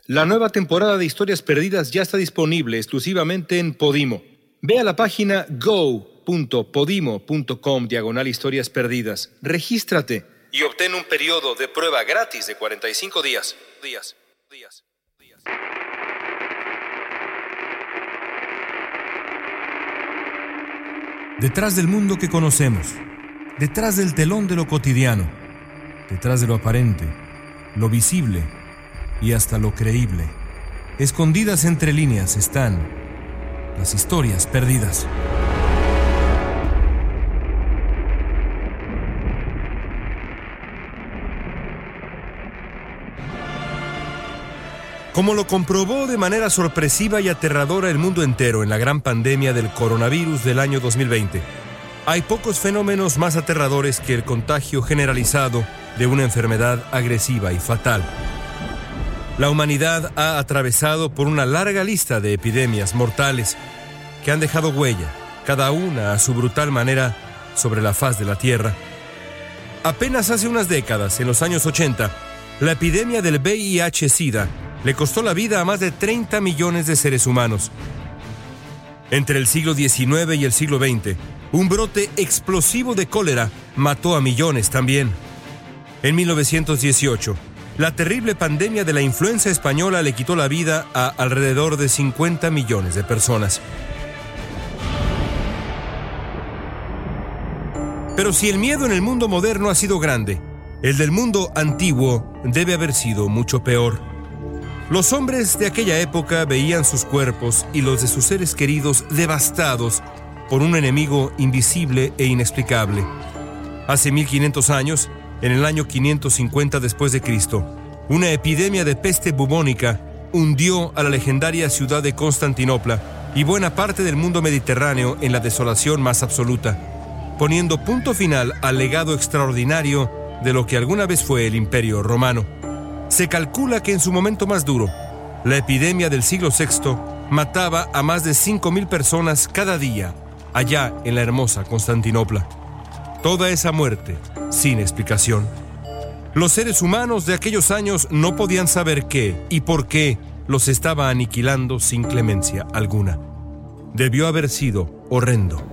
La nueva temporada de Historias Perdidas ya está disponible exclusivamente en Podimo. Ve a la página go.podimo.com/historias perdidas. Regístrate y obtén un periodo de prueba gratis de 45 días. Detrás del mundo que conocemos, detrás del telón de lo cotidiano, detrás de lo aparente, lo visible y hasta lo creíble, escondidas entre líneas están las historias perdidas. Como lo comprobó de manera sorpresiva y aterradora el mundo entero en la gran pandemia del coronavirus del año 2020, hay pocos fenómenos más aterradores que el contagio generalizado de una enfermedad agresiva y fatal. La humanidad ha atravesado por una larga lista de epidemias mortales que han dejado huella, cada una a su brutal manera, sobre la faz de la Tierra. Apenas hace unas décadas, en los años 80, la epidemia del VIH-Sida le costó la vida a más de 30 millones de seres humanos. Entre el siglo XIX y el siglo XX, un brote explosivo de cólera mató a millones también. En 1918, la terrible pandemia de la influenza española le quitó la vida a alrededor de 50 millones de personas. Pero si el miedo en el mundo moderno ha sido grande, el del mundo antiguo debe haber sido mucho peor. Los hombres de aquella época veían sus cuerpos y los de sus seres queridos devastados por un enemigo invisible e inexplicable. Hace 1500 años, en el año 550 después de Cristo, una epidemia de peste bubónica hundió a la legendaria ciudad de Constantinopla y buena parte del mundo mediterráneo en la desolación más absoluta, poniendo punto final al legado extraordinario de lo que alguna vez fue el Imperio Romano. Se calcula que en su momento más duro, la epidemia del siglo VI mataba a más de 5,000 personas cada día, allá en la hermosa Constantinopla. Toda esa muerte sin explicación. Los seres humanos de aquellos años no podían saber qué y por qué los estaba aniquilando sin clemencia alguna. Debió haber sido horrendo.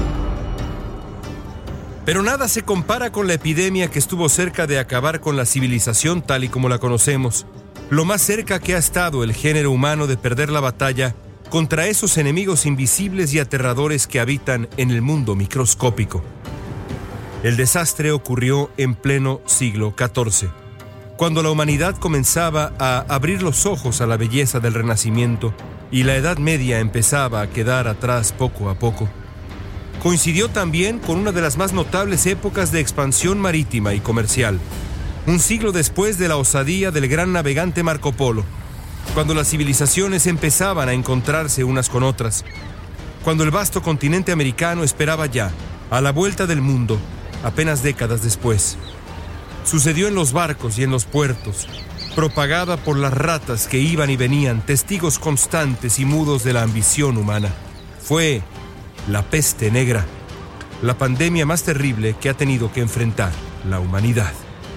Pero nada se compara con la epidemia que estuvo cerca de acabar con la civilización tal y como la conocemos. Lo más cerca que ha estado el género humano de perder la batalla contra esos enemigos invisibles y aterradores que habitan en el mundo microscópico. El desastre ocurrió en pleno siglo XIV, cuando la humanidad comenzaba a abrir los ojos a la belleza del Renacimiento y la Edad Media empezaba a quedar atrás poco a poco. Coincidió también con una de las más notables épocas de expansión marítima y comercial, un siglo después de la osadía del gran navegante Marco Polo, cuando las civilizaciones empezaban a encontrarse unas con otras, cuando el vasto continente americano esperaba ya, a la vuelta del mundo, apenas décadas después. Sucedió en los barcos y en los puertos, propagada por las ratas que iban y venían, testigos constantes y mudos de la ambición humana. Fue la peste negra, la pandemia más terrible que ha tenido que enfrentar la humanidad.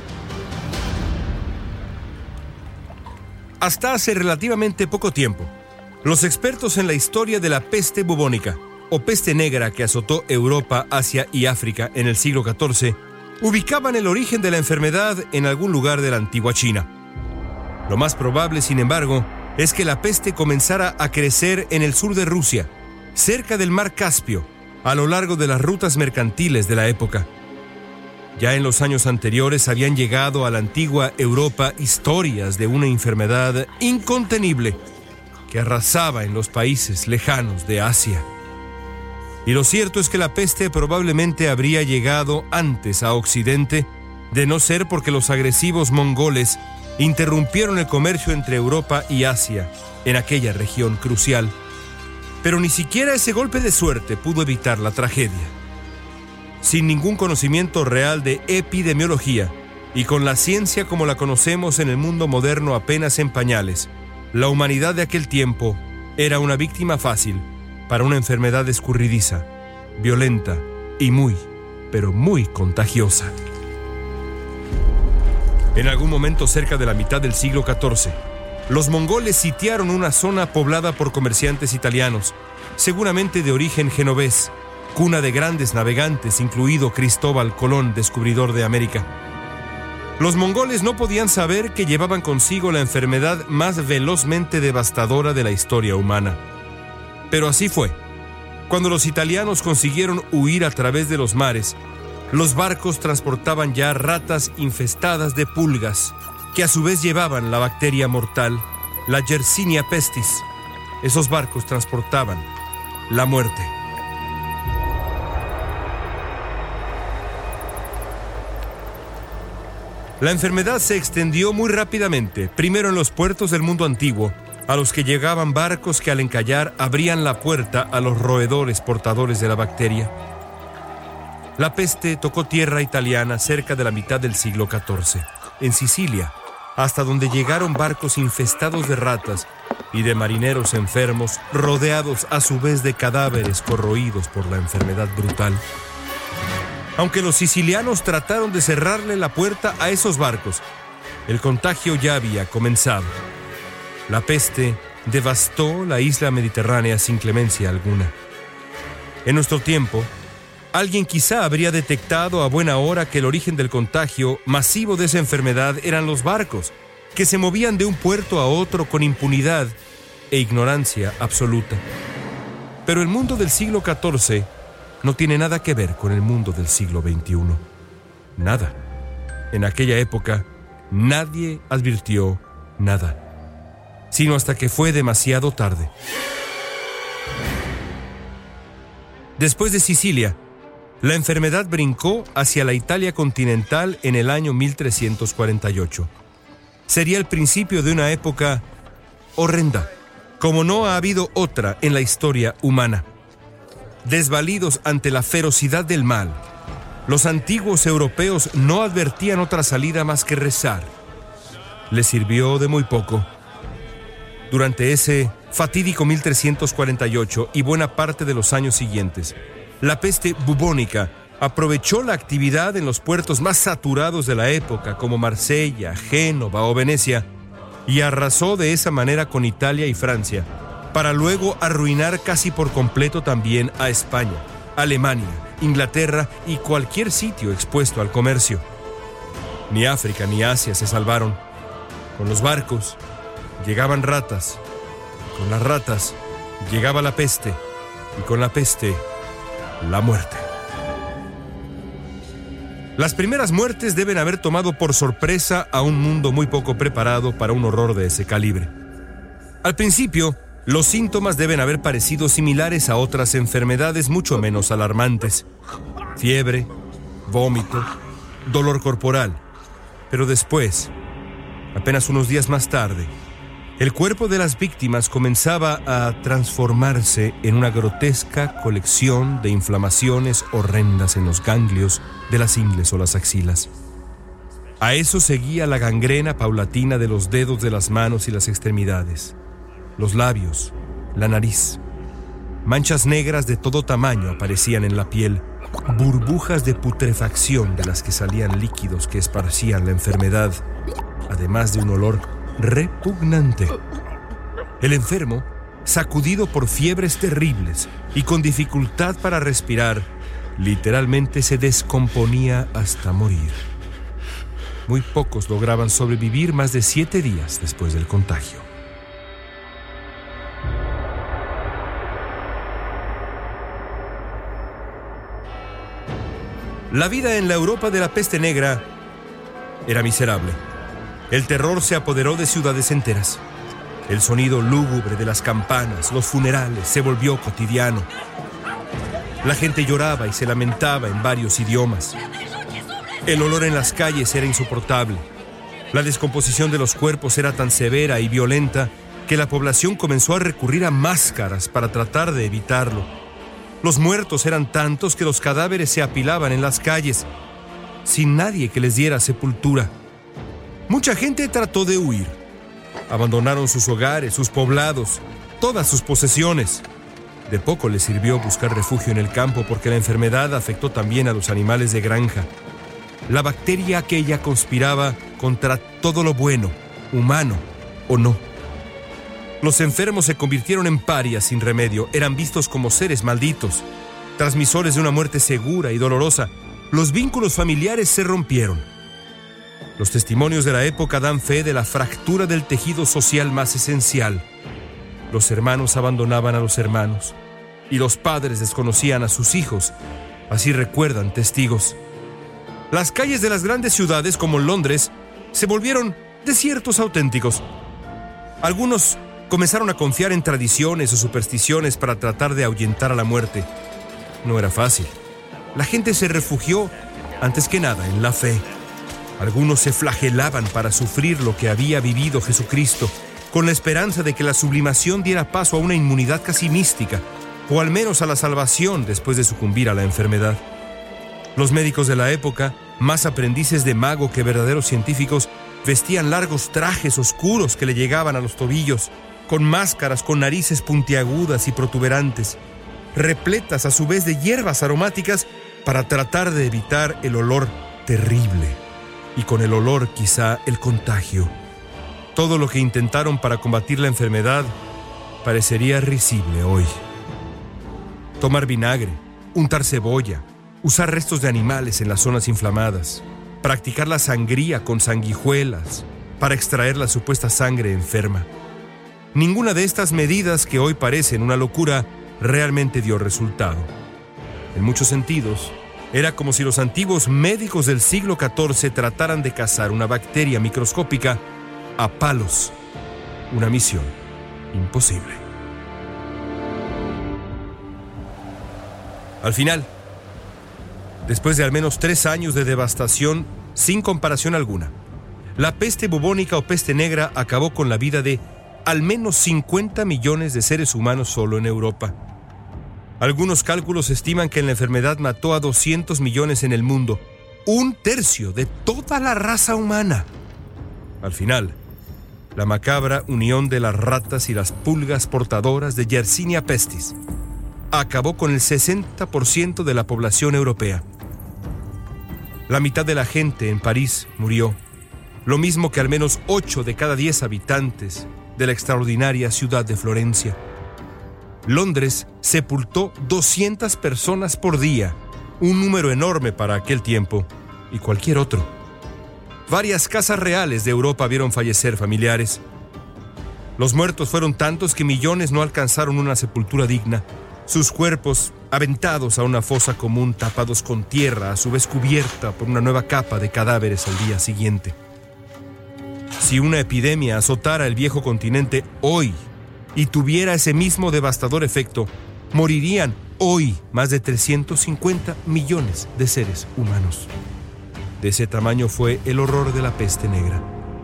Hasta hace relativamente poco tiempo, los expertos en la historia de la peste bubónica, o peste negra que azotó Europa, Asia y África en el siglo XIV, ubicaban el origen de la enfermedad en algún lugar de la antigua China. Lo más probable, sin embargo, es que la peste comenzara a crecer en el sur de Rusia, cerca del mar Caspio, a lo largo de las rutas mercantiles de la época. Ya en los años anteriores habían llegado a la antigua Europa historias de una enfermedad incontenible que arrasaba en los países lejanos de Asia. Y lo cierto es que la peste probablemente habría llegado antes a Occidente, de no ser porque los agresivos mongoles interrumpieron el comercio entre Europa y Asia en aquella región crucial. Pero ni siquiera ese golpe de suerte pudo evitar la tragedia. Sin ningún conocimiento real de epidemiología y con la ciencia como la conocemos en el mundo moderno apenas en pañales, la humanidad de aquel tiempo era una víctima fácil para una enfermedad escurridiza, violenta y muy, pero muy contagiosa. En algún momento cerca de la mitad del siglo XIV, los mongoles sitiaron una zona poblada por comerciantes italianos, seguramente de origen genovés, cuna de grandes navegantes, incluido Cristóbal Colón, descubridor de América. Los mongoles no podían saber que llevaban consigo la enfermedad más velozmente devastadora de la historia humana. Pero así fue. Cuando los italianos consiguieron huir a través de los mares, los barcos transportaban ya ratas infestadas de pulgas, que a su vez llevaban la bacteria mortal, la Yersinia pestis. Esos barcos transportaban la muerte. La enfermedad se extendió muy rápidamente, primero en los puertos del mundo antiguo, a los que llegaban barcos que al encallar abrían la puerta a los roedores portadores de la bacteria. La peste tocó tierra italiana cerca de la mitad del siglo XIV, en Sicilia, hasta donde llegaron barcos infestados de ratas y de marineros enfermos, rodeados a su vez de cadáveres corroídos por la enfermedad brutal. Aunque los sicilianos trataron de cerrarle la puerta a esos barcos, el contagio ya había comenzado. La peste devastó la isla mediterránea sin clemencia alguna. En nuestro tiempo, alguien quizá habría detectado a buena hora que el origen del contagio masivo de esa enfermedad eran los barcos, que se movían de un puerto a otro con impunidad e ignorancia absoluta. Pero el mundo del siglo XIV no tiene nada que ver con el mundo del siglo XXI. Nada. En aquella época, nadie advirtió nada, sino hasta que fue demasiado tarde. Después de Sicilia, la enfermedad brincó hacia la Italia continental en el año 1348. Sería el principio de una época horrenda, como no ha habido otra en la historia humana. Desvalidos ante la ferocidad del mal, los antiguos europeos no advertían otra salida más que rezar. Les sirvió de muy poco. Durante ese fatídico 1348 y buena parte de los años siguientes, la peste bubónica aprovechó la actividad en los puertos más saturados de la época, como Marsella, Génova o Venecia, y arrasó de esa manera con Italia y Francia, para luego arruinar casi por completo también a España, Alemania, Inglaterra y cualquier sitio expuesto al comercio. Ni África ni Asia se salvaron. Con los barcos llegaban ratas, con las ratas llegaba la peste, y con la peste, la muerte. Las primeras muertes deben haber tomado por sorpresa a un mundo muy poco preparado para un horror de ese calibre. Al principio, los síntomas deben haber parecido similares a otras enfermedades mucho menos alarmantes: fiebre, vómito, dolor corporal. Pero después, apenas unos días más tarde, el cuerpo de las víctimas comenzaba a transformarse en una grotesca colección de inflamaciones horrendas en los ganglios de las ingles o las axilas. A eso seguía la gangrena paulatina de los dedos de las manos y las extremidades, los labios, la nariz. Manchas negras de todo tamaño aparecían en la piel, burbujas de putrefacción de las que salían líquidos que esparcían la enfermedad, además de un olor repugnante. El enfermo, sacudido por fiebres terribles y con dificultad para respirar, literalmente se descomponía hasta morir. Muy pocos lograban sobrevivir más de 7 días después del contagio. La vida en la Europa de la peste negra era miserable. El terror se apoderó de ciudades enteras. El sonido lúgubre de las campanas, los funerales, se volvió cotidiano. La gente lloraba y se lamentaba en varios idiomas. El olor en las calles era insoportable. La descomposición de los cuerpos era tan severa y violenta que la población comenzó a recurrir a máscaras para tratar de evitarlo. Los muertos eran tantos que los cadáveres se apilaban en las calles, sin nadie que les diera sepultura. Mucha gente trató de huir. Abandonaron sus hogares, sus poblados, todas sus posesiones. De poco les sirvió buscar refugio en el campo porque la enfermedad afectó también a los animales de granja. La bacteria aquella conspiraba contra todo lo bueno, humano o no. Los enfermos se convirtieron en parias sin remedio, eran vistos como seres malditos, transmisores de una muerte segura y dolorosa. Los vínculos familiares se rompieron. Los testimonios de la época dan fe de la fractura del tejido social más esencial. Los hermanos abandonaban a los hermanos y los padres desconocían a sus hijos. Así recuerdan testigos. Las calles de las grandes ciudades, como Londres, se volvieron desiertos auténticos. Algunos comenzaron a confiar en tradiciones o supersticiones para tratar de ahuyentar a la muerte. No era fácil. La gente se refugió, antes que nada, en la fe. Algunos se flagelaban para sufrir lo que había vivido Jesucristo, con la esperanza de que la sublimación diera paso a una inmunidad casi mística, o al menos a la salvación después de sucumbir a la enfermedad. Los médicos de la época, más aprendices de mago que verdaderos científicos, vestían largos trajes oscuros que le llegaban a los tobillos, con máscaras con narices puntiagudas y protuberantes, repletas a su vez de hierbas aromáticas para tratar de evitar el olor terrible, y con el olor quizá el contagio. Todo lo que intentaron para combatir la enfermedad parecería risible hoy. Tomar vinagre, untar cebolla, usar restos de animales en las zonas inflamadas, practicar la sangría con sanguijuelas para extraer la supuesta sangre enferma. Ninguna de estas medidas, que hoy parecen una locura, realmente dio resultado. En muchos sentidos, era como si los antiguos médicos del siglo XIV trataran de cazar una bacteria microscópica a palos. Una misión imposible. Al final, después de al menos 3 años de devastación sin comparación alguna, la peste bubónica o peste negra acabó con la vida de al menos 50 millones de seres humanos solo en Europa. Algunos cálculos estiman que la enfermedad mató a 200 millones en el mundo, 1/3 de toda la raza humana. Al final, la macabra unión de las ratas y las pulgas portadoras de Yersinia pestis acabó con el 60% de la población europea. La mitad de la gente en París murió, lo mismo que al menos 8 de cada 10 habitantes de la extraordinaria ciudad de Florencia. Londres sepultó 200 personas por día, un número enorme para aquel tiempo y cualquier otro. Varias casas reales de Europa vieron fallecer familiares. Los muertos fueron tantos que millones no alcanzaron una sepultura digna. Sus cuerpos aventados a una fosa común, tapados con tierra, a su vez cubierta por una nueva capa de cadáveres al día siguiente. Si una epidemia azotara el viejo continente hoy y tuviera ese mismo devastador efecto, morirían hoy más de 350 millones de seres humanos. De ese tamaño fue el horror de la peste negra.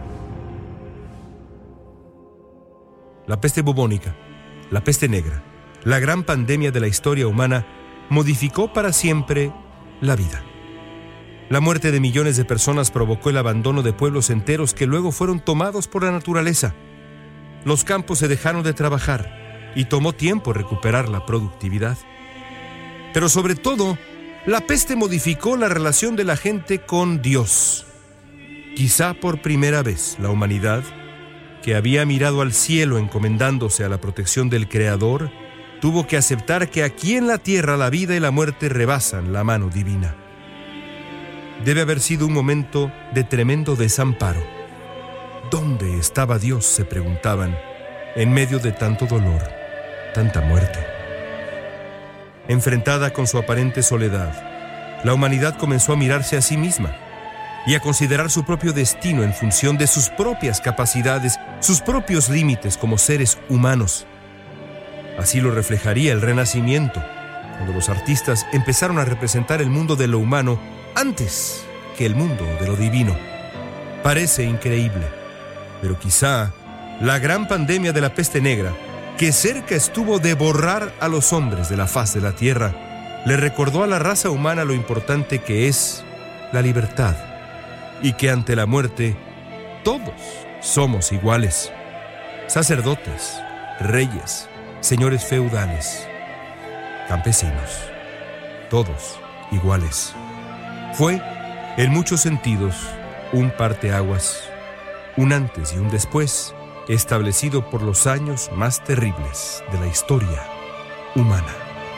La peste bubónica, la peste negra, la gran pandemia de la historia humana, modificó para siempre la vida. La muerte de millones de personas provocó el abandono de pueblos enteros que luego fueron tomados por la naturaleza. Los campos se dejaron de trabajar y tomó tiempo recuperar la productividad. Pero sobre todo, la peste modificó la relación de la gente con Dios. Quizá por primera vez la humanidad, que había mirado al cielo encomendándose a la protección del Creador, tuvo que aceptar que aquí en la tierra la vida y la muerte rebasan la mano divina. Debe haber sido un momento de tremendo desamparo. ¿Dónde estaba Dios?, se preguntaban, en medio de tanto dolor, tanta muerte. Enfrentada con su aparente soledad, la humanidad comenzó a mirarse a sí misma y a considerar su propio destino en función de sus propias capacidades, sus propios límites como seres humanos. Así lo reflejaría el Renacimiento, cuando los artistas empezaron a representar el mundo de lo humano antes que el mundo de lo divino. Parece increíble, pero quizá la gran pandemia de la peste negra, que cerca estuvo de borrar a los hombres de la faz de la tierra, le recordó a la raza humana lo importante que es la libertad y que ante la muerte todos somos iguales. Sacerdotes, reyes, señores feudales, campesinos, todos iguales. Fue, en muchos sentidos, un parteaguas, un antes y un después establecido por los años más terribles de la historia humana.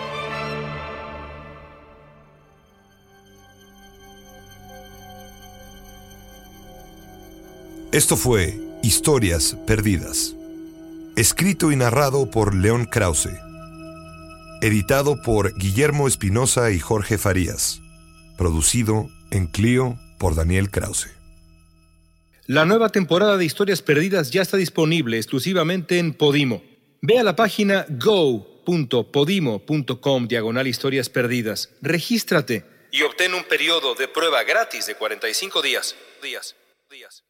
Esto fue Historias Perdidas, escrito y narrado por León Krause, editado por Guillermo Espinosa y Jorge Farías, producido en Clio por Daniel Krause. La nueva temporada de Historias Perdidas ya está disponible exclusivamente en Podimo. Ve a la página go.podimo.com/historias perdidas. Regístrate y obtén un periodo de prueba gratis de 45 días.